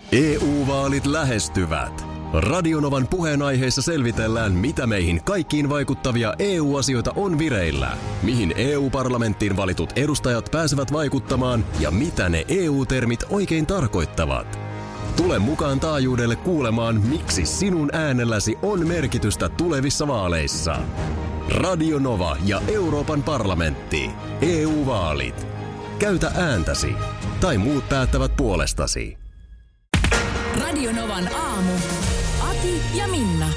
EU-vaalit lähestyvät. Radionovan puheenaiheessa selvitellään, mitä meihin kaikkiin vaikuttavia EU-asioita on vireillä, mihin EU-parlamenttiin valitut edustajat pääsevät vaikuttamaan ja mitä ne EU-termit oikein tarkoittavat. Tule mukaan taajuudelle kuulemaan, miksi sinun äänelläsi on merkitystä tulevissa vaaleissa. Radio Nova ja Euroopan parlamentti. EU-vaalit. Käytä ääntäsi. Tai muut päättävät puolestasi. Radio Novan aamu. Ati ja Minna.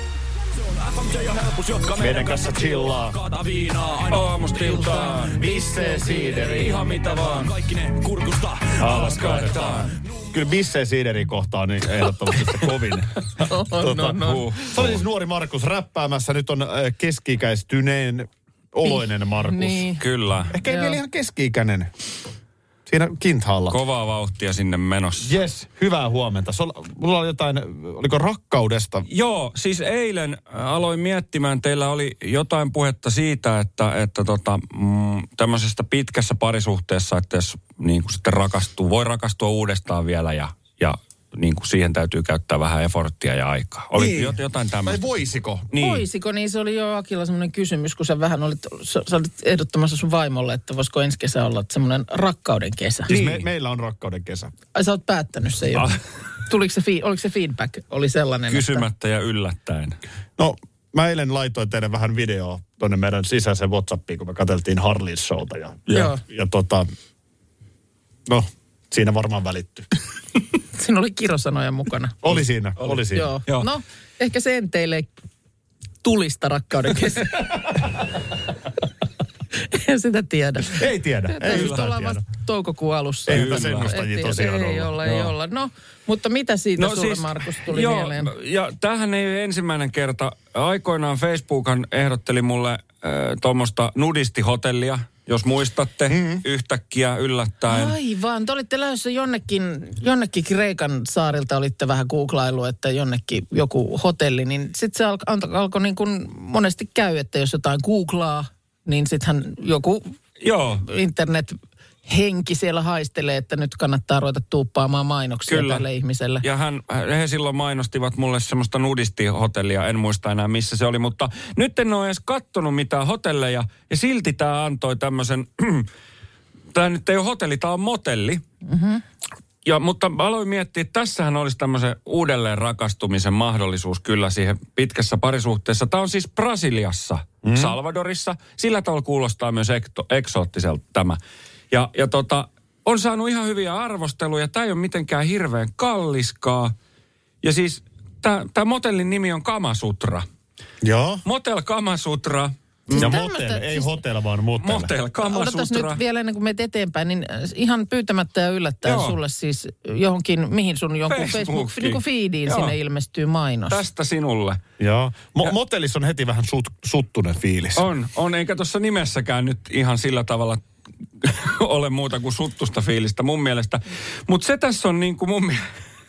Meidän kanssa chillaa. Aamustiltaan. Bissee siideri. Ihan mitä vaan. Kaikki ne kurkusta alas kaadetaan. Kyllä bissee siideri kohtaan niin ehdottomasti se kovin. Se oli siis nuori Markus räppäämässä. Nyt on keski-ikäistyneen oloinen Markus. Niin. Kyllä. Ehkä ei vielä ihan keski-ikäinen. Siinä kintaalla. Kovaa vauhtia sinne menossa. Yes, hyvää huomenta. Mulla oli jotain, oliko rakkaudesta? Joo, siis eilen aloin miettimään, teillä oli jotain puhetta siitä, että tämmöisestä pitkässä parisuhteessa, että jos niin kuin sitten voi rakastua uudestaan vielä ja niin kuin siihen täytyy käyttää vähän efforttia ja aikaa. Oli niin. Jotain tämmöistä. Tai voisiko? Niin. Voisiko, niin se oli jo Akilla semmoinen kysymys, kun sä vähän olit ehdottamassa sun vaimolle, että voisiko ensi kesä olla semmoinen rakkauden kesä. Siis meillä on rakkauden kesä. Ai sä oot päättänyt sen jo. Oliko se feedback? Oli sellainen, kysymättä ja yllättäen. No, mä eilen laitoin teille vähän videoa tuonne meidän sisäiseen WhatsAppiin, kun me katseltiin Harleys showta. No, siinä varmaan välittyy. Siinä oli kirosanoja mukana. Oli siinä. Joo. No, ehkä se enteilee tulista rakkauden kesä. En sitä tiedä. Ei tiedä. Ei ollaan vasta toukokuun alussa. Ei tässä ennustajia tosiaan ei olla. No, mutta mitä siitä sulle, siis, Markus, tuli mieleen? Ja tämähän ei ole ensimmäinen kerta. Aikoinaan Facebookhan ehdotteli mulle tuommoista nudistihotellia, jos muistatte, yhtäkkiä yllättäen. Aivan, te olitte lähdössä jonnekin Kreikan saarilta, olitte vähän googlailu, että jonnekin joku hotelli, niin sitten se alkoi niin kuin monesti käy, että jos jotain googlaa, niin sittenhän joku internet-henki siellä haistelee, että nyt kannattaa ruveta tuuppaamaan mainoksia tälle ihmiselle. Ja he silloin mainostivat mulle semmoista nudistihotellia, en muista enää missä se oli, mutta nyt en ole edes kattonut mitään hotelleja, ja silti tämä antoi tämmöisen, tämä nyt ei ole hotelli, tämä on motelli. Mm-hmm. Mutta aloin miettiä, että tässähän olisi tämmöisen uudelleen rakastumisen mahdollisuus kyllä siihen pitkässä parisuhteessa. Tämä on siis Brasiliassa, Salvadorissa. Sillä tavalla kuulostaa myös eksoottiselta tämä. Ja on saanut ihan hyviä arvosteluja. Tämä ei ole mitenkään hirveän kalliskaa. Ja siis tämä motellin nimi on Kamasutra. Joo. Motel Kamasutra. Siis ja motel, ei hotel, vaan motel. Motel, Kamasutra. Odotas nyt vielä ennen kuin menet eteenpäin, niin ihan pyytämättä ja yllättäen sulle siis johonkin, mihin sun jonkun Facebook-feediin sinne ilmestyy mainos. Tästä sinulle. Joo. Motellissa on heti vähän suttunen fiilis. On, eikä tuossa nimessäkään nyt ihan sillä tavalla ole muuta kuin suttusta fiilistä mun mielestä. Mutta se tässä on niin kuin mun mielestä,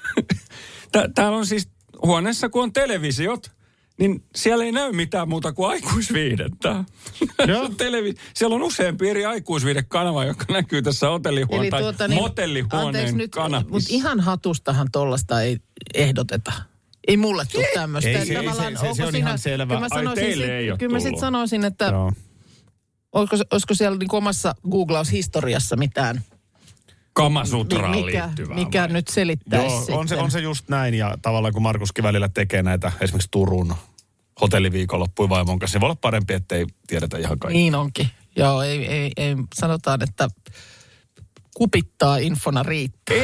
täällä on siis huoneessa, kun on televisiot, niin siellä ei näy mitään muuta kuin aikuisviihdettä. Siellä on useampi eri aikuisviihdekanava, joka näkyy tässä motellihuoneen kanavissa. Mutta ihan hatustahan tollasta ei ehdoteta. Ei mulle tule tämmöistä. Se on ihan selvä. Teille ei ole kyllä mä sitten sanoisin, että olisiko siellä niin omassa googlaushistoriassa mitään Kamasutraan liittyvää. Mikä nyt selittäisi sitten. On se just näin, ja tavallaan kun Markuskin välillä tekee näitä esimerkiksi Turun hotelliviikonloppuja vaimon kanssa, niin voi olla parempi, ettei tiedetä ihan kaikki. Niin onkin. Joo, ei sanotaan, että kupittaa infona riittää.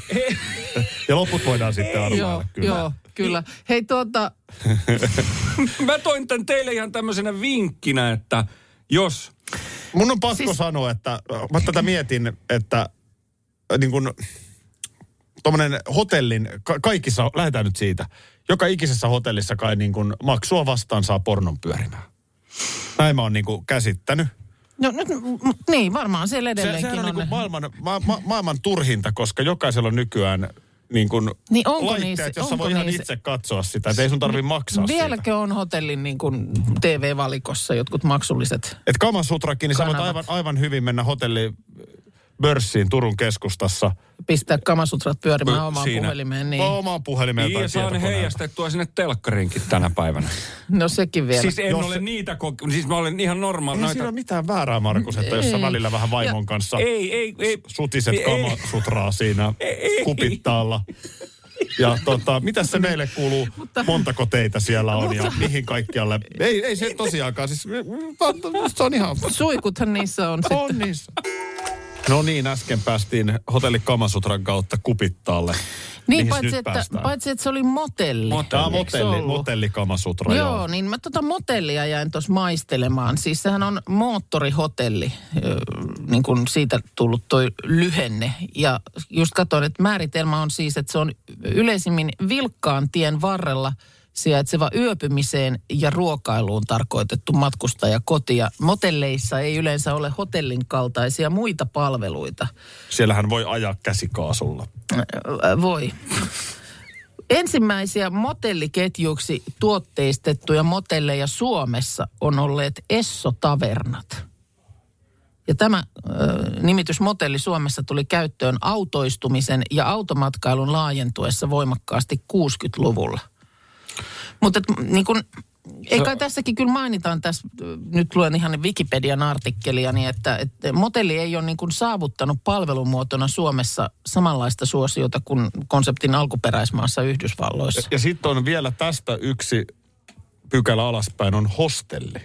Ja loput voidaan sitten arvailla. Joo, kyllä. Hei Mä toin tän teille ihan tämmöisenä vinkkinä, että jos... Mun on pakko sanoa, että mä tätä mietin, että niin kuin tommonen hotellin, kaikissa, lähdetään nyt siitä, joka ikisessä hotellissa kai niin kuin maksua vastaan saa pornon pyörimään. Näin mä oon niin kuin käsittänyt. No niin, varmaan siellä edelleenkin sehän on niin kuin maailman turhinta, koska jokaisella on nykyään niin kuin laitteet, jossa voi ihan itse katsoa sitä, että ei sun tarvitse maksaa siitä. Vieläkö on hotellin niin kuin TV-valikossa jotkut maksulliset Kamasutrakin, niin sä voit aivan hyvin mennä hotelliin Börssiin Turun keskustassa. Pistää kamasutrat pyörimään omaan Siinä. puhelimeen. Niin. Omaan puhelimeen tai Ja saan tietokoneella. heijastettua sinne telkkariinkin tänä päivänä. No sekin vielä. Siis en ole niitä siis mä olen ihan normaali. Ei siinä ole mitään väärää, Markus, että jos sä välillä vähän vaimon kanssa Ei. sutiset kamasutraa siinä kupittaalla. Ja mitä se meille kuuluu? Montako teitä siellä on ja mihin kaikkialle? Ei se tosiaankaan. Siis, se on ihan... Suikuthan niissä on sitten. On niissä. No niin, äsken päästiin hotelli Kamasutran kautta Kupittaalle. Niin, Mihin nyt päästään? paitsi että se oli motelli. Tämä Eikö se ollut? motelli Kamasutra, Joo, niin mä motellia jäin tuossa maistelemaan. Siis sehän on moottorihotelli, niin kuin siitä tullut toi lyhenne. Ja just katsoin, että määritelmä on siis, että se on yleisimmin vilkkaan tien varrella sijaitseva yöpymiseen ja ruokailuun tarkoitettu matkustajakoti. Ja motelleissa ei yleensä ole hotellin kaltaisia muita palveluita. Siellähän voi ajaa käsikaasulla. Voi. Ensimmäisiä motelliketjuiksi tuotteistettuja motelleja Suomessa on olleet Esso-tavernat. Ja tämä nimitys motelli Suomessa tuli käyttöön autoistumisen ja automatkailun laajentuessa voimakkaasti 60-luvulla. Mutta niin kun, ei kai tässäkin kyllä mainitaan tässä, nyt luen ihan Wikipedian artikkelia, niin että motelli ei ole niin kuin saavuttanut palvelumuotona Suomessa samanlaista suosiota kuin konseptin alkuperäismaassa Yhdysvalloissa. Ja sitten on vielä tästä yksi pykälä alaspäin, on hostelli.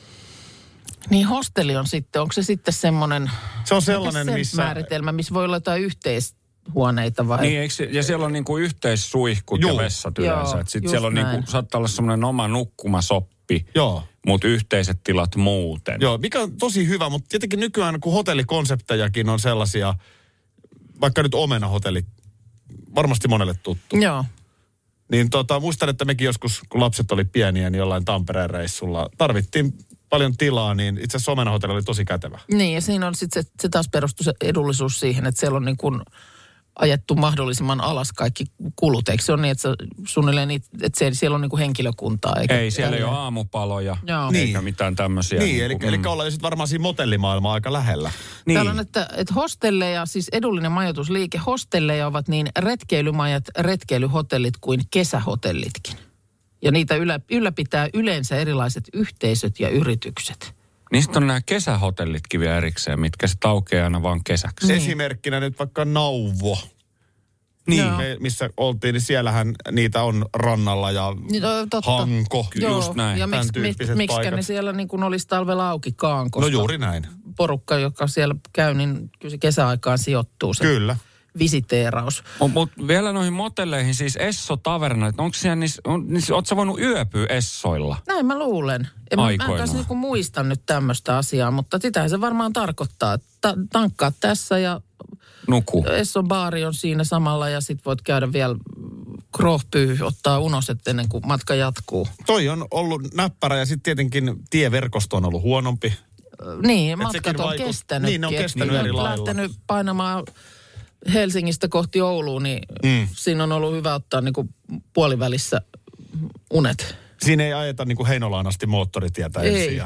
Niin hostelli on sitten, onko se sitten semmoinen... Se on sellainen, missä... määritelmä, missä voi olla jotain yhteishuoneita vai... Niin, ja siellä on niinku yhteissuihkut ja vessat yleensä. Sitten siellä on niinku, saattaa olla semmoinen oma nukkumasoppi, mutta yhteiset tilat muuten. Joo, mikä on tosi hyvä, mutta tietenkin nykyään kun hotellikonseptejakin on sellaisia, vaikka nyt Omena-hotelli, varmasti monelle tuttu. Joo. Niin muistan, että mekin joskus, kun lapset oli pieniä, niin jollain Tampereen reissulla tarvittiin paljon tilaa, niin itse asiassa Omena-hotelli oli tosi kätevä. Niin, ja siinä on sitten se taas perustuu se edullisuus siihen, että siellä on niin kuin ajettu mahdollisimman alas kaikki kulut. Eikö se ole niin, että suunnilleen että siellä on niin kuin henkilökuntaa? Ei, siellä ei ole aamupaloja, eikä mitään tämmöisiä. Niin, eli ollaan jo sitten varmaan siinä motellimaailmaa aika lähellä. Niin. Täällä on, että hostelleja, siis edullinen majoitusliike, hostelleja ovat niin retkeilymajat, retkeilyhotellit kuin kesähotellitkin. Ja niitä ylläpitää yleensä erilaiset yhteisöt ja yritykset. Niin sitten on nämä kesähotellitkin vielä erikseen, mitkä se aukeaa aina vaan kesäksi. Niin. Esimerkkinä nyt vaikka Nauvo. Niin, missä oltiin, niin siellähän niitä on rannalla ja Hanko. Joo, just näin. Ja miksi ne siellä niin kuin olisi talvella aukikaan, koska no juuri näin. Porukka, joka siellä käy, niin kyllä se kesäaikaan sijoittuu se visiteeraus. Mutta vielä noihin motelleihin, siis Esso-tavernat, onko siellä ootko sä voinut yöpyä Essoilla? Näin mä luulen. Mä en kanssa niinku muista nyt tämmöistä asiaa, mutta sitähän se varmaan tarkoittaa, että tankkaa tässä ja nuku. Esson baari on siinä samalla ja sit voit käydä vielä krohpyy, ottaa unoset ennen kuin matka jatkuu. Toi on ollut näppärä ja sitten tietenkin tieverkosto on ollut huonompi. Niin, matkat on kestänyt. Niin, ne on kestänyt eri lailla. Lähtenyt painamaan Helsingistä kohti Ouluun, niin siinä on ollut hyvä ottaa niin kuin puolivälissä unet. Siinä ei ajeta niin kuin Heinolaan asti moottoritietä ensin.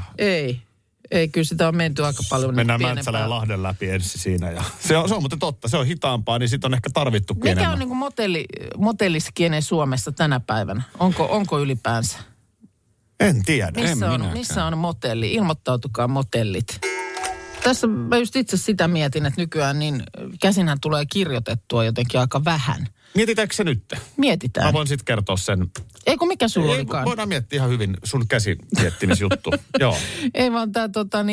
Ei, kyllä sitä on menty aika paljon. Mennään Mäntsälän ja Lahden läpi ensin siinä. Ja se on muuten totta, se on hitaampaa, niin sitten on ehkä tarvittukin enemmän. Mikä on niin kuin motelliskiene Suomessa tänä päivänä? Onko ylipäänsä? En tiedä. Missä on motelli? Ilmoittautukaa motellit. Tässä mä just itse sitä mietin, että nykyään niin käsinhän tulee kirjoitettua jotenkin aika vähän. Mietitäänkö se nyt? Mietitään. Mä voin sitten kertoa sen. Eikö mikä sulla olikaan? Voidaan miettiä ihan hyvin sun käsinmiettimisjuttu. Joo. Ei vaan tämä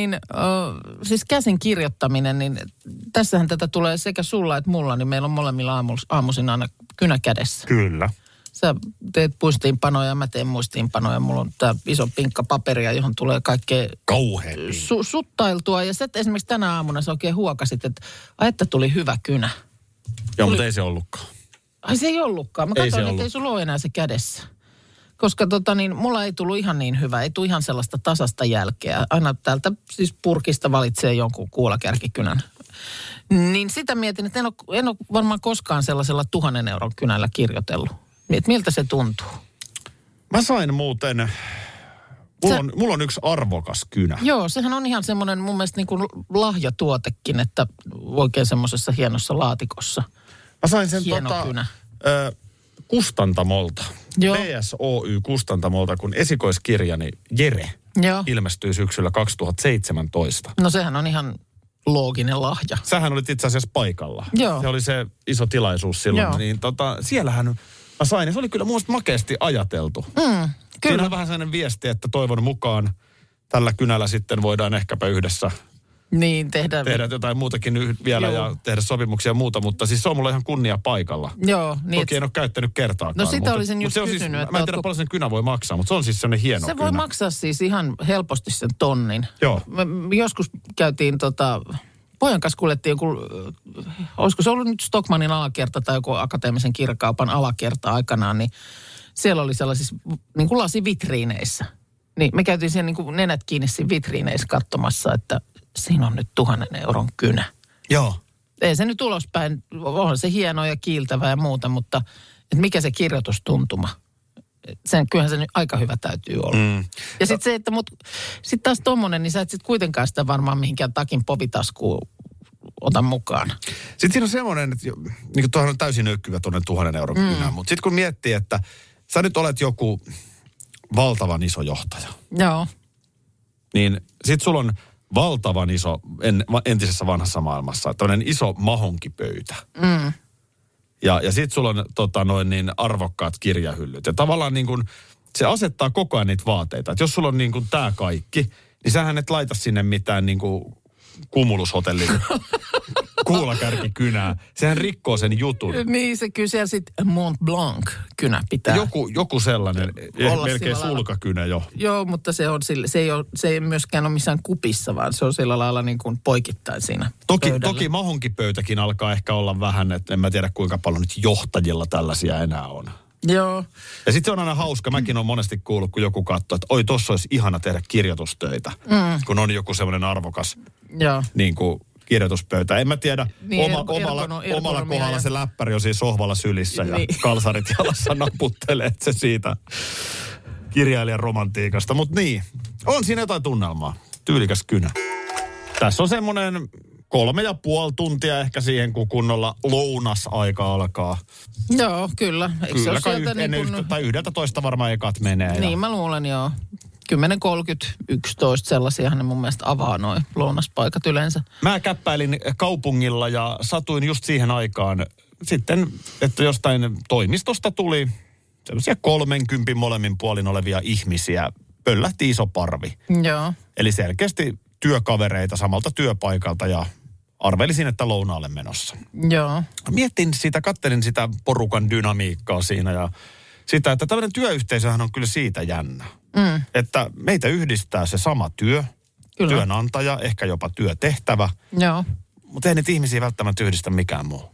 siis käsin kirjoittaminen, niin tässähän tätä tulee sekä sulla että mulla, niin meillä on molemmilla aamuisin aina kynä kädessä. Kyllä. Sä teet muistiinpanoja, mä teen muistiinpanoja. Mulla on tää iso pinkka paperia, johon tulee kaikkea suttailtua. Ja sä esimerkiksi tänä aamuna sä oikein huokasit, että tuli hyvä kynä. Joo, mutta ei se ollutkaan. Ai se ei ollutkaan. Mä katsoin, että ei sulla ole enää se kädessä. Koska mulla ei tullut ihan niin hyvä. Ei tule ihan sellaista tasasta jälkeä. Aina täältä siis purkista valitsee jonkun kuulakärkikynän. Niin sitä mietin, että en ole varmaan koskaan sellaisella 1 000 euron kynällä kirjoitellut. Miltä se tuntuu? Mä sain muuten Mulla on yksi arvokas kynä. Joo, sehän on ihan semmoinen mun mielestä niin kuin lahjatuotekin, että oikein semmoisessa hienossa laatikossa. Mä sain sen Hieno kynä. Kustantamolta. Joo. PSOY Kustantamolta, kun esikoiskirjani Jere Joo. ilmestyi syksyllä 2017. No sehän on ihan looginen lahja. Sähän olit itse asiassa paikalla. Joo. Se oli se iso tilaisuus silloin. Joo. Niin siellähän mä sain, ja se oli kyllä mun mielestä makeasti ajateltu. Kyllä. Siinä on vähän sellainen viesti, että toivon mukaan tällä kynällä sitten voidaan ehkäpä yhdessä Niin, tehdä jotain muutakin vielä. Joo. Ja tehdä sopimuksia ja muuta, mutta siis se on mulla ihan kunnia paikalla. Joo. Niin Toki en ole käyttänyt kertaakaan. No sitä olisin just kysynyt. kysynyt, Siis, että mä en tiedä paljon sen kynä voi maksaa, mutta se on siis sellainen hieno se kynä. voi maksaa siis ihan helposti sen tonnin. Joo. Me joskus käytiin pojan kanssa kuljettiin joku, olisiko se ollut nyt Stockmannin alakerta tai joku akateemisen kirjakaupan alakerta aikanaan, niin siellä oli sellaisissa niin kuin lasivitriineissä. Niin me käytiin siellä niin kuin nenät kiinni siinä vitriineissä katsomassa, että siinä on nyt 1 000 euron kynä. Joo. Ei se nyt ulospäin, on se hieno ja kiiltävä ja muuta, mutta että mikä se kirjoitustuntuma? Kyllähän se nyt aika hyvä täytyy olla. Ja sitten se, että sitten taas tommonen, niin sä et sitten kuitenkaan sitä varmaan mihinkään takin povitaskuun ota mukaan. Sitten siinä on semmoinen, että niin tuohon on täysin ökkyvä tuonne 1 000 euron kynään, mutta sitten kun miettii, että sä nyt olet joku valtavan iso johtaja, Joo. niin sitten sulla on valtavan iso, entisessä vanhassa maailmassa, tämmöinen iso mahonkipöytä. Ja sitten sulla on niin arvokkaat kirjahyllyt. Ja tavallaan niin kuin, se asettaa koko ajan niitä vaateita. Että jos sulla on niin kuin tää kaikki, niin sähän et laita sinne mitään niin kuin Cumulus-hotellin kuulakärkikynää. Sehän rikkoo sen jutun. Niin, se kyllä siellä sitten Mont Blanc-kynä pitää. Joku sellainen, melkein sillä sulkakynä jo. Joo, mutta se ei myöskään ole missään kupissa, vaan se on sillä lailla niin kuin poikittain siinä Toki mahonkipöytäkin alkaa ehkä olla vähän, että en mä tiedä kuinka paljon nyt johtajilla tällaisia enää on. Joo. Ja sitten se on aina hauska. Mäkin olen monesti kuullut, kun joku katsoo, että oi, tossa olisi ihana tehdä kirjoitustöitä. Kun on joku semmoinen arvokas niin kuin kirjoituspöytä. En mä tiedä, niin, omalla kohdalla se läppäri on siinä sohvalla sylissä ja kalsarit jalassa naputtelee, että se siitä kirjailijan romantiikasta. Mutta niin, on siinä jotain tunnelmaa. Tyylikäs kynä. Tässä on semmoinen 3,5 tuntia ehkä siihen, kun kunnolla lounasaika alkaa. Joo, kyllä. Eikö kyllä, se ole sieltä tai 11 varmaan ekat menee. Niin, mä luulen, joo. 10:30, 11, sellaisiahan ne mun mielestä avaa noi lounaspaikat yleensä. Mä käppäilin kaupungilla ja satuin just siihen aikaan sitten, että jostain toimistosta tuli sellaisia 30 molemmin puolin olevia ihmisiä. Pöllähti iso parvi. Joo. Eli selkeästi työkavereita samalta työpaikalta ja arvelisin, että lounaalle menossa. Joo. Mietin sitä, kattelin sitä porukan dynamiikkaa siinä ja sitä, että tämmöinen työyhteisöhän on kyllä siitä jännä. Että meitä yhdistää se sama työ, kyllä. Työnantaja, ehkä jopa työtehtävä. Joo. Mutta ei niitä ihmisiä välttämättä yhdistä mikään muu.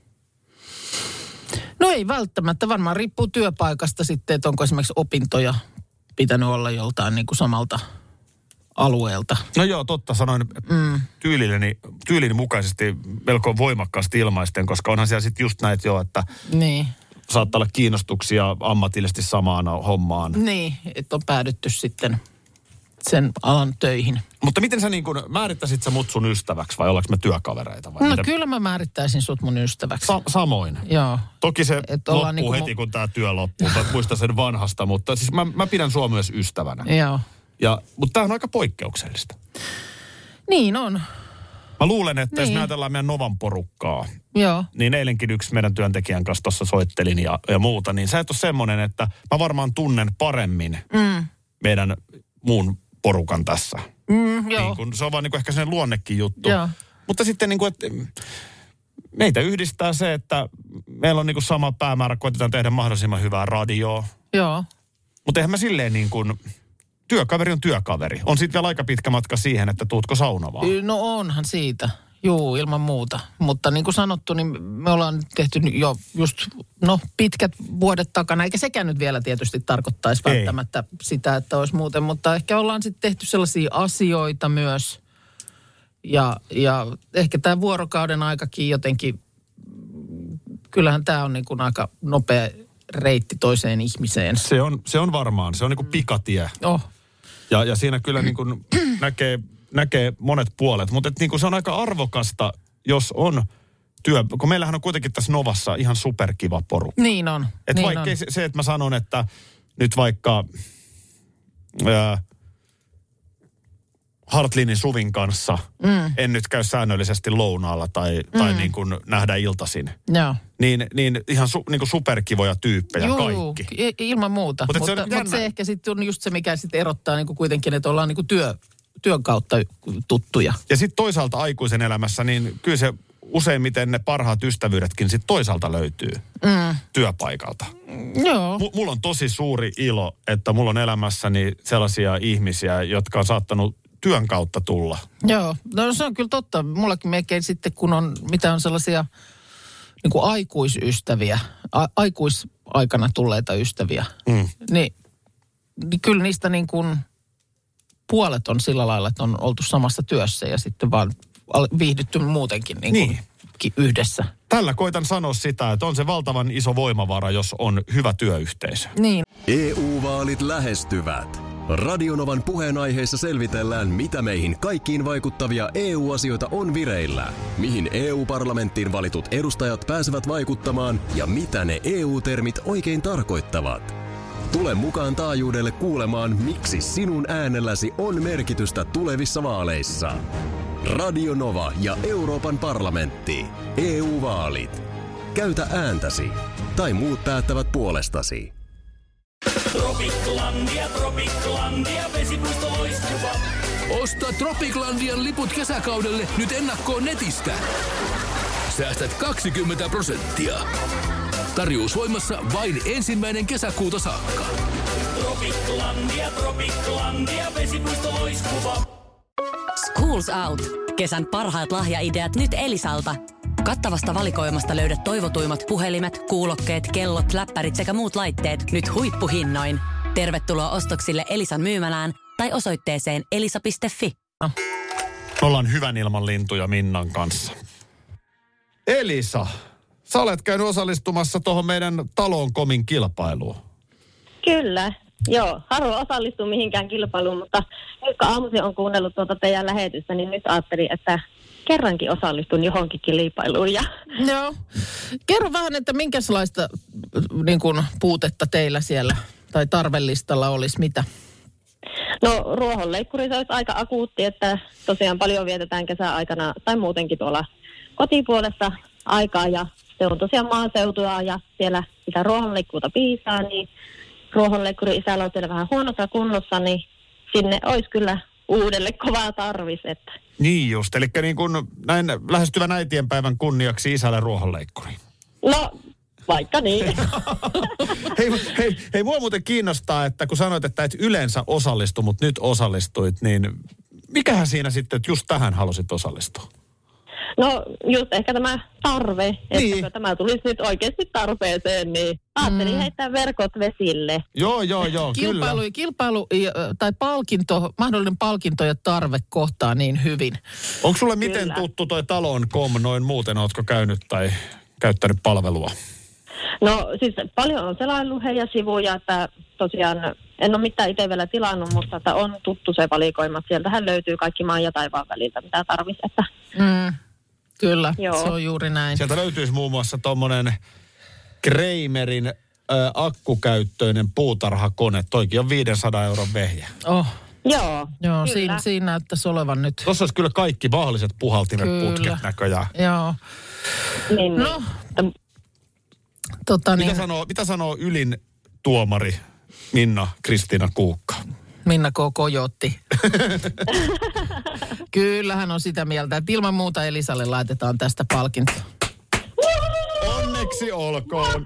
No ei välttämättä. Varmaan riippuu työpaikasta sitten, että onko esimerkiksi opintoja pitänyt olla joltain niin kuin samalta alueelta. No joo, totta sanoin tyylini mukaisesti melko voimakkaasti ilmaisten, koska onhan siellä sitten just näitä jo, että niin. Saattaa olla kiinnostuksia ammatillisesti samaan hommaan. Niin, että on päädytty sitten sen alan töihin. Mutta miten sä niin kuin, määrittäisit sä mut sun ystäväksi vai ollaanko me työkavereita? Vai no miten? Kyllä mä määrittäisin sut mun ystäväksi. Samoin. Joo. Toki se loppuu niinku heti, kun tää työ loppuu. Sä muista sen vanhasta, mutta siis mä pidän sua myös ystävänä. Joo. Mutta tää on aika poikkeuksellista. Niin on. Mä luulen, että jos me ajatellaan meidän Novan porukkaa, joo. Niin eilenkin yksi meidän työntekijän kanssa tuossa soittelin ja muuta, niin sä et ole semmoinen, että mä varmaan tunnen paremmin meidän muun porukan tässä. Joo. Niin kun, se on vaan niin kuin ehkä sen luonnekin juttu. Joo. Mutta sitten niin kuin, että meitä yhdistää se, että meillä on niin kuin sama päämäärä, koitetaan tehdä mahdollisimman hyvää radioa. Joo. Mutta eihän mä silleen niin kuin, työkaveri on työkaveri. On sitten vielä aika pitkä matka siihen, että tuutko saunomaan. No onhan siitä. Juu, ilman muuta. Mutta niin kuin sanottu, niin me ollaan tehty jo just, pitkät vuodet takana. Eikä sekään nyt vielä tietysti tarkoittaisi välttämättä sitä, että olisi muuten. Mutta ehkä ollaan sitten tehty sellaisia asioita myös. Ja ehkä tämä vuorokauden aikakin jotenkin, kyllähän tämä on niin kuin aika nopea reitti toiseen ihmiseen. Se on varmaan. Se on niin kuin pikatie. Ja siinä kyllä niin kuin näkee monet puolet. Mutta niin kuin se on aika arvokasta, jos on kun meillähän on kuitenkin tässä Novassa ihan superkiva porukka. Niin on. Että vaikka se, että mä sanon, että nyt vaikka Hartlinin Suvin kanssa en nyt käy säännöllisesti lounaalla tai niin kuin nähdä iltaisin. Joo. Niin ihan niin kuin superkivoja tyyppejä kaikki. Ilman muuta. Mutta se ehkä sitten on just se, mikä sitten erottaa niin kuin kuitenkin, että ollaan niin kuin työn kautta tuttuja. Ja sitten toisaalta aikuisen elämässä, niin kyllä se useimmiten ne parhaat ystävyydetkin sitten toisaalta löytyy työpaikalta. Joo. Mulla on tosi suuri ilo, että mulla on elämässäni sellaisia ihmisiä, jotka on saattanut työn kautta tulla. Joo, no se on kyllä totta. Mullakin melkein sitten, kun on, mitä on sellaisia niin kuin aikuisystäviä, aikuisaikana tulleita ystäviä, niin kyllä niistä niin kuin puolet on sillä lailla, että on oltu samassa työssä ja sitten vaan viihdytty muutenkin niin kuin yhdessä. Tällä koitan sanoa sitä, että on se valtavan iso voimavara, jos on hyvä työyhteisö. Niin. EU-vaalit lähestyvät. Radionovan puheenaiheessa selvitellään, mitä meihin kaikkiin vaikuttavia EU-asioita on vireillä, mihin EU-parlamenttiin valitut edustajat pääsevät vaikuttamaan ja mitä ne EU-termit oikein tarkoittavat. Tule mukaan taajuudelle kuulemaan, miksi sinun äänelläsi on merkitystä tulevissa vaaleissa. Radio Nova ja Euroopan parlamentti. EU-vaalit. Käytä ääntäsi. Tai muut päättävät puolestasi. Tropiklandia, vesipuisto loistuva. Osta Tropiklandian liput kesäkaudelle nyt ennakkoon netistä. Säästät 20%. Tarjous voimassa vain 1. kesäkuuta saakka. Tropiklandia, vesipuisto loistuva. Schools Out. Kesän parhaat lahjaideat nyt Elisalta. Kattavasta valikoimasta löydät toivotuimmat puhelimet, kuulokkeet, kellot, läppärit sekä muut laitteet nyt huippuhinnoin. Tervetuloa ostoksille Elisan myymälään tai osoitteeseen elisa.fi. Ollaan hyvän ilman lintuja Minnan kanssa. Elisa, sä olet käynyt osallistumassa tuohon meidän Talon Komin kilpailuun. Kyllä, joo. Harvoin osallistua mihinkään kilpailuun, mutta nyt kun aamuisin on kuunnellut tuota teidän lähetystä, niin nyt ajattelin, että kerrankin osallistun johonkin kilpailuun. Joo. Kerro vähän, että minkälaista niin kuin, puutetta teillä siellä tai tarvelistalla olisi mitä? No ruohonleikkuri se olisi aika akuutti, että tosiaan paljon vietetään kesäaikana tai muutenkin tuolla kotipuolessa aikaa ja se on tosiaan maaseutua ja siellä sitä ruohonleikkuuta piisaa, niin ruohonleikkuri isällä on siellä vähän huonossa kunnossa, niin sinne olisi kyllä uudelle kovaa tarvis, että. Niin just, eli niin kuin näin lähestyvän äitienpäivän kunniaksi isälle ruohonleikkuri. No, vaikka niin. Hei, mua muuten kiinnostaa, että kun sanoit, että et yleensä osallistu, mutta nyt osallistuit, niin mikähän siinä sitten, että just tähän halusit osallistua? No just ehkä tämä tarve, että niin. kun tämä tulisi nyt oikeasti tarpeeseen, niin ajattelin heittää verkot vesille. Joo, kyllä. Kilpailu tai mahdollinen palkinto ja tarve kohtaa niin hyvin. Onko sulle miten tuttu toi Talon.com noin muuten? Ootko käynyt tai käyttänyt palvelua? No siis paljon on selaillut heidän sivuja, että tosiaan en ole mitään itse vielä tilannut, mutta että on tuttu se valikoima. Sieltähän löytyy kaikki maan ja taivaan väliltä, mitä tarvitsisi. Että. Kyllä, Joo. Se on juuri näin. Sieltä löytyisi muun muassa tommonen Kreimerin akkukäyttöinen puutarhakone. Toikin on 500 euron vehjä. Oh. Joo, siinä näyttäisi olevan nyt. Tuossa olisi kyllä kaikki mahdolliset puhaltimet, putket näköjään. Joo. Niin. No, Mitä sanoo ylin tuomari Minna Kristiina Kuukka? Minna K. Kojotti. Kyllä hän on sitä mieltä, että ilman muuta Elisalle laitetaan tästä palkinto. Onneksi olkoon.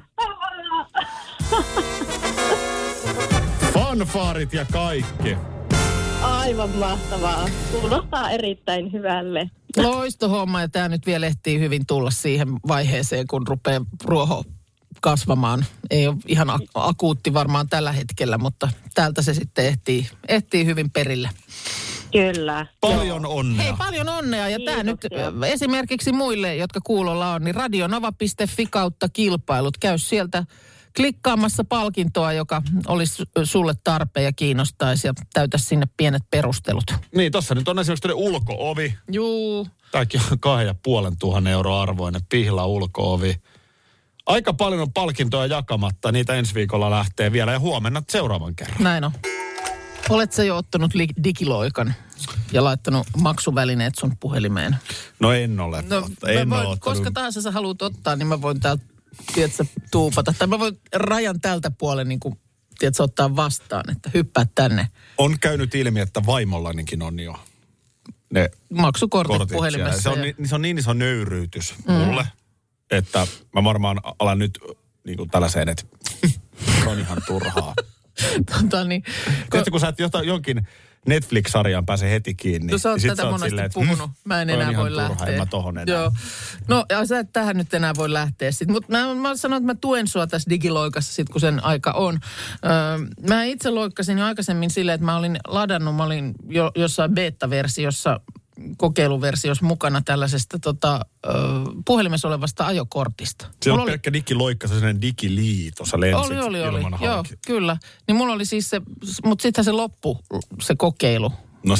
Fanfaarit ja kaikki. Aivan mahtavaa. Kuulostaa erittäin hyvälle. Loistohomma ja tämä nyt vielä ehtii hyvin tulla siihen vaiheeseen, kun rupeaa ruoho kasvamaan. Ei ole ihan akuutti varmaan tällä hetkellä, mutta täältä se sitten ehtii hyvin perille. Kyllä. Paljon onnea. Hei, paljon onnea. Ja tämä nyt esimerkiksi muille, jotka kuulolla on, niin radionova.fi/kilpailut. Käy sieltä klikkaamassa palkintoa, joka olisi sulle tarpeen ja kiinnostaisi ja täytä sinne pienet perustelut. Niin, tossa nyt on esimerkiksi ulko-ovi. Juu. Tämäkin on 2,500 € arvoinen pihla ulko-ovi. Aika paljon on palkintoja jakamatta. Niitä ensi viikolla lähtee vielä ja huomenna seuraavan kerran. Näin on. Oletko jo ottanut digiloikan ja laittanut maksuvälineet sun puhelimeen? No en ole. Koska tahansa sä haluat ottaa, niin mä voin täältä, tiedätkö, tuupata. Tai mä voin rajan tältä puolen niin kuin, tiedätkö, ottaa vastaan, että hyppää tänne. On käynyt ilmi, että vaimollanikin on jo ne maksukortit puhelimessa. Se on niin iso nöyryytys mulle, että mä varmaan alan nyt niin kuin tällaiseen, että on ihan turhaa. Tiedätkö, kun sä et jonkin Netflix-sarjaan pääse heti kiinni. No sä oot tätä monesti silleen, puhunut. Mä en enää voi lähteä. En mä tohon enää. Joo. No ja sä et tähän nyt enää voi lähteä sit. Mutta mä sanon, että mä tuen sua tässä digiloikassa sit, kun sen aika on. Mä itse loikkasin jo aikaisemmin silleen, että mä olin ladannut, mä olin jossain beta-versiossa, kokeiluversiossa mukana tällaisesta puhelimessa olevasta ajokortista. Se on pelkkä digiloikka, se on sellainen digiliito, sä lensit ilman halki. Joo, kyllä. Niin mulla oli siis se, mutta sittenhän se loppui, se kokeilu. No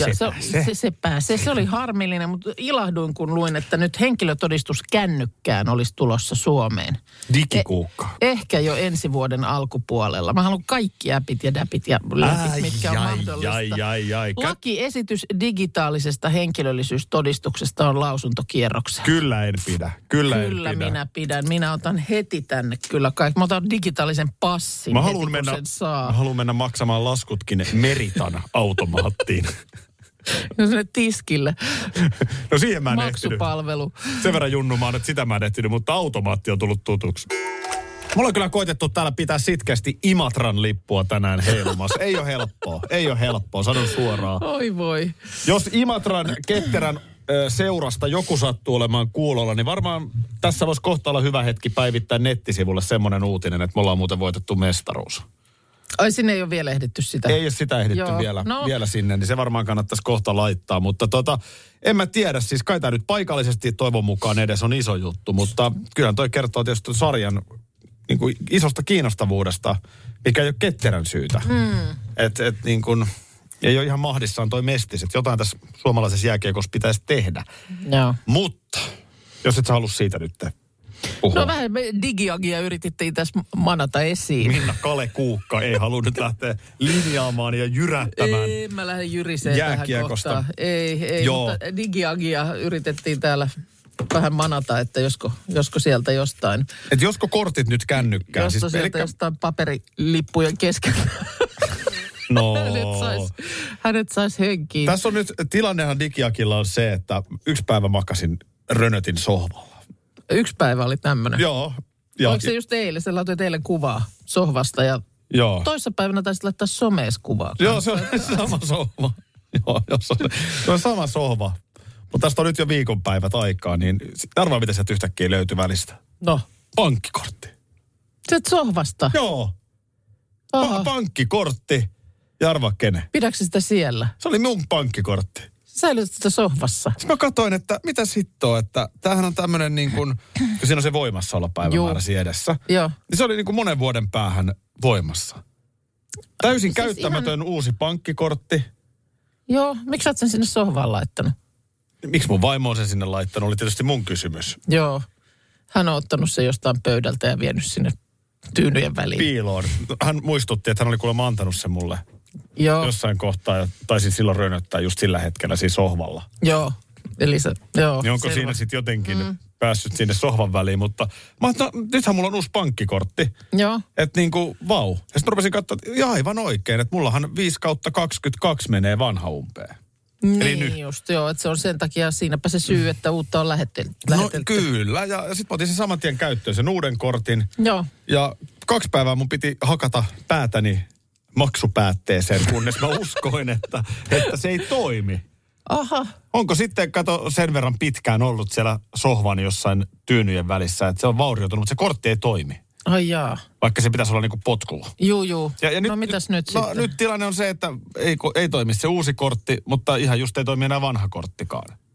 se oli harmillinen, mutta ilahduin, kun luin, että nyt henkilötodistus kännykkään olisi tulossa Suomeen. Digikuukka. Ehkä jo ensi vuoden alkupuolella. Mä haluan kaikki appit ja däpit ja läpit, mitkä on mahdollista. Lakiesitys digitaalisesta henkilöllisyystodistuksesta on lausuntokierroksella. Kyllä en pidä. Kyllä minä pidän. Minä otan heti tänne kyllä kaikki. Mä otan digitaalisen passin mä haluan mennä maksamaan laskutkin Meritan automaattiin. No sinne tiskille. No siihen mä en maksupalvelu. Sen verran junnumaan, että sitä mä en ehtinyt, mutta automaatti on tullut tutuksi. Mulla on kyllä koitettu täällä pitää sitkeästi Imatran lippua tänään heilumassa. Ei ole helppoa, sanon suoraan. Oi voi. Jos Imatran ketterän seurasta joku sattuu olemaan kuulolla, niin varmaan tässä voisi kohta olla hyvä hetki päivittää nettisivulle semmoinen uutinen, että me ollaan muuten voitettu mestaruus. Ai sinne ei ole vielä ehditty sitä. Ei ole sitä ehditty vielä sinne, niin se varmaan kannattaisi kohta laittaa. Mutta en mä tiedä, siis kai tämä nyt paikallisesti toivon mukaan edes on iso juttu, mutta kyllähän toi kertoo tietysti sarjan niin kuin isosta kiinnostavuudesta, mikä ei ole ketterän syytä. Että niin kuin ei ole ihan mahdissaan toi mestis, että jotain tässä suomalaisessa jääkiekossa pitäisi tehdä. Joo. Mutta jos et sä halua siitä nyt puhua. No vähän digiagia yritettiin tässä manata esiin. Minna Kale Kuukka ei halunnut lähteä linjaamaan ja jyrättämään. Ei, mä lähden jyriseen tähän kohtaan. Ei, mutta digiagia yritettiin täällä vähän manata, että josko sieltä jostain. Että josko kortit nyt kännykkään. Josko sieltä jostain paperilippujen keskellä. No. Hänet sais henkiin. Tässä on nyt, tilannehan digiakilla on se, että yksi päivä makasin rönötin sohvalla. Yksi päivä oli tämmöinen. Joo. Oliko se just eilen? Sä laitoit eilen kuvaa sohvasta ja toissapäivänä taisit laittaa somees kuvaa. Joo, se on sama sohva. Se on sama sohva. Mutta tästä on nyt jo viikonpäivät aikaa, niin arvaa mitä sieltä yhtäkkiä löytyi välistä. No. Pankkikortti. Sieltä sohvasta? Joo. Pankkikortti. Ja arvaa kene. Pidätkö sitä siellä? Se oli mun pankkikortti. Säilytät sitä sohvassa? Sitten mä katsoin, että mitä hittoa, että tämähän on tämmöinen niin kuin, kun siinä on se voimassaolopäivämäärä edessä. Joo. Niin se oli niin kuin monen vuoden päähän voimassa. Täysin siis käyttämätön uusi pankkikortti. Joo, miksi sä oot sen sinne sohvaan laittanut? Miksi mun vaimo on sen sinne laittanut, oli tietysti mun kysymys. Joo, hän on ottanut sen jostain pöydältä ja vienyt sinne tyynyjen väliin. Piiloon. Hän muistutti, että hän oli kuulemma antanut sen mulle. Joo. Jossain kohtaa ja taisin silloin rönöttää just sillä hetkellä siinä sohvalla. Joo, eli se, joo. Niin onko siinä sitten jotenkin päässyt sinne sohvan väliin, mutta mä ajattelin, nythän mulla on uusi pankkikortti. Joo. Että niinku vau. Ja sitten rupesin katsoa, että aivan oikein, että mullahan 5/22 menee vanha umpeen. Niin eli nyt. Just, joo, että se on sen takia, siinäpä se syy, että uutta on lähetelty. No kyllä, ja sitten otin sen saman tien käyttöön, sen uuden kortin. Joo. Ja 2 päivää mun piti hakata päätäni maksupäätteeseen, kunnes mä uskoin, että se ei toimi. Aha. Onko sitten, kato, sen verran pitkään ollut siellä sohvan jossain tyynyjen välissä, että se on vaurioitunut, mutta se kortti ei toimi. Ai jaa. Vaikka se pitäisi olla niinku potkulla. Juu. Ja no mitäs nyt sitten? No nyt tilanne on se, että ei toimi se uusi kortti, mutta ihan just ei toimi enää vanha korttikaan.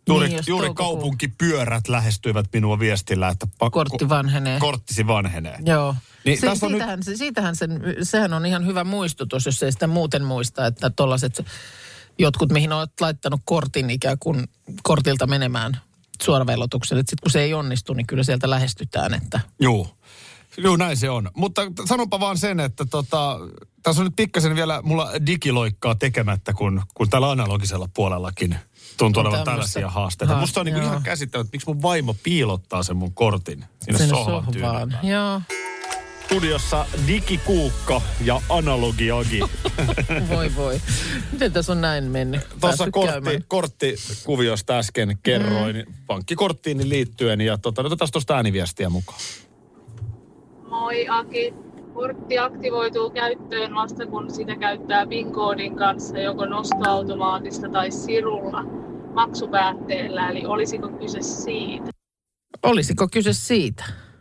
Juuri kaupunkipyörät lähestyivät minua viestillä, että kortti vanhenee. Korttisi vanhenee. Joo. Niin Sehän on ihan hyvä muistutus, jos ei sitä muuten muista, että tollaiset jotkut, mihin olet laittanut kortin ikään kuin kortilta menemään suoravelotukselle. Sitten kun se ei onnistu, niin kyllä sieltä lähestytään, että... Joo, näin se on. Mutta sanonpa vaan sen, että tässä on nyt pikkasen vielä mulla digiloikkaa tekemättä, kun tällä analogisella puolellakin tuntuu olevan tällaisia haasteita. Musta on niin ihan käsittämättä, että miksi mun vaimo piilottaa sen mun kortin sinne sohvan tyynempään. Joo. Studiossa digikuukka ja analogiagi. Voi. Miten tässä on näin mennyt? Tuossa korttikuviosta äsken kerroin pankkikorttiin liittyen ja otetaan tuosta ääniviestiä mukaan. Moi Aki. Kortti aktivoituu käyttöön vasta kun sitä käyttää PIN-koodin kanssa joko nostoautomaatista tai sirulla maksupäätteellä. Eli olisiko kyse siitä? Olisiko kyse siitä?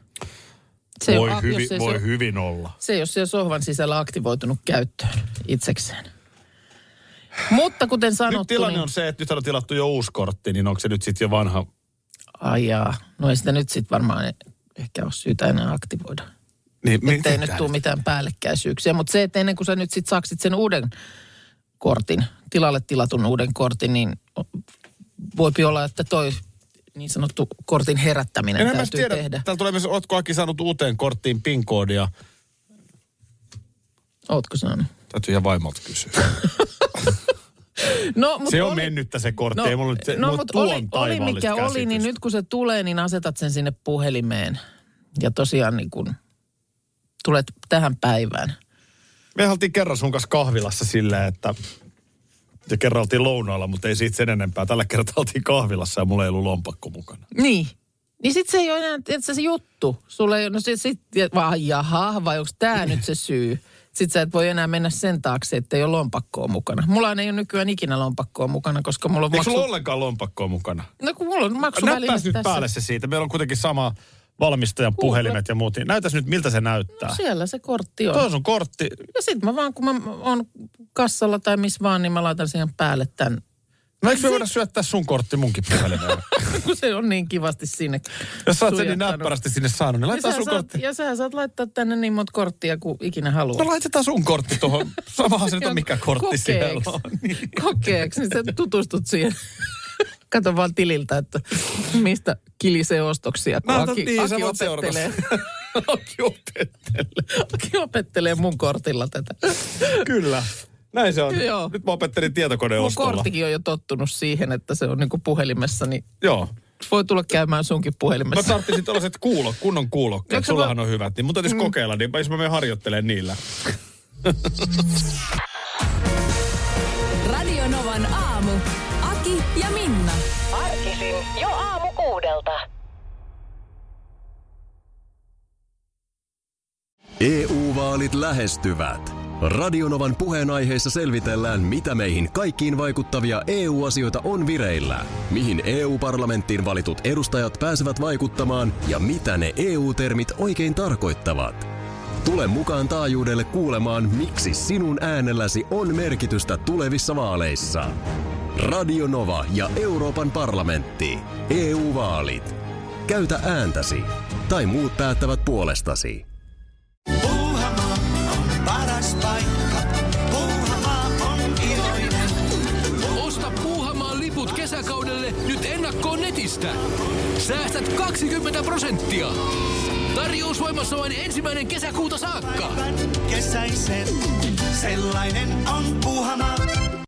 Voi hyvin olla. Se ei ole siellä sohvan sisällä aktivoitunut käyttöön itsekseen. Mutta kuten sanottu... Nyt tilanne on se, että nyt on tilattu jo uusi kortti, niin onko se nyt sitten jo vanha? Ai jaa. No ei sitä nyt sitten varmaan ehkä ole syytä enää aktivoida. Niin, että ei nyt tule mitään päällekkäisyyksiä. Mutta se, että ennen kuin sä nyt sitten saaksit sen uuden kortin, tilalle tilatun uuden kortin, niin voipi olla, että toi niin sanottu kortin herättäminen täytyy tehdä. Täällä tulee myös, ootko Aki saanut uuteen korttiin PIN-koodia? Ootko saanut? Täytyy ihan vaimolta kysyä. Se on mennyttä se kortti, ei mulla mutta oli mikä oli, niin nyt kun se tulee, niin asetat sen sinne puhelimeen. Ja tosiaan niin kun tulet tähän päivään. Me oltiin kerran sun kanssa kahvilassa silleen, että ja kerran oltiin lounaalla, mutta ei siitä sen enempää. Tällä kertaa oltiin kahvilassa ja mulla ei ollut lompakko mukana. Niin sit se ei ole enää se juttu. Sulla ei ole, vai onko tää nyt se syy? Sitten sä et voi enää mennä sen taakse, että ei ole lompakkoa mukana. Mulla ei ole nykyään ikinä lompakkoa mukana, koska mulla on Eikö sulla ollenkaan lompakkoa mukana? No kun mulla on maksuvälineet tässä. Näyttäisi nyt päälle se siitä. Meillä on kuitenkin sama valmistajan puhelimet ja muut. Näytäis nyt, miltä se näyttää. No siellä se kortti on. Tuo on sun kortti. Ja sit mä vaan, kun mä oon kassalla tai missä vaan, niin mä laitan siihen päälle tän. No eikö me voida syöttää sun kortti munkin puhelimeen? Kun se on niin kivasti sinne. Jos sä oot sen niin näppärästi sinne saanut, niin laitetaan sun kortti. Ja sä saat laittaa tänne niin monta korttia kuin ikinä haluat. No laitetaan sun kortti tuohon. Samahan se nyt on mikä kortti siellä on. Kokeeksi, niin sä tutustut siihen. Kato vaan tililtä, että mistä kilisee ostoksia, kun Aki opettelee. Aki opettelee mun kortilla tätä. Kyllä. Näin se on. Joo. Nyt mä opettelin tietokoneostolla. Mun korttikin on jo tottunut siihen, että se on niinku puhelimessa, niin joo. Voi tulla käymään sunkin puhelimessa. Mä tarvitsin tällaiset kunnon kuulokkeet. Sullahan on hyvät, niin mun täytyisi kokeilla, niin jos mä menen harjoittelemaan niillä. Radio Novan aamu. Aki ja Minna. Arkisin jo 6:00. EU-vaalit lähestyvät. Radionovan puheenaiheessa selvitellään, mitä meihin kaikkiin vaikuttavia EU-asioita on vireillä, mihin EU-parlamenttiin valitut edustajat pääsevät vaikuttamaan ja mitä ne EU-termit oikein tarkoittavat. Tule mukaan taajuudelle kuulemaan, miksi sinun äänelläsi on merkitystä tulevissa vaaleissa. Radio Nova ja Euroopan parlamentti. EU-vaalit. Käytä ääntäsi. Tai muut päättävät puolestasi. Puuhamaa on paras paikka. Puuhamaa on iloinen. Osta Puuhamaan liput kesäkaudelle nyt ennakkoon netistä. Säästät 20%. Tarjous voimassa vain 1. kesäkuuta saakka. Kesäisen, sellainen on Puuhamaa.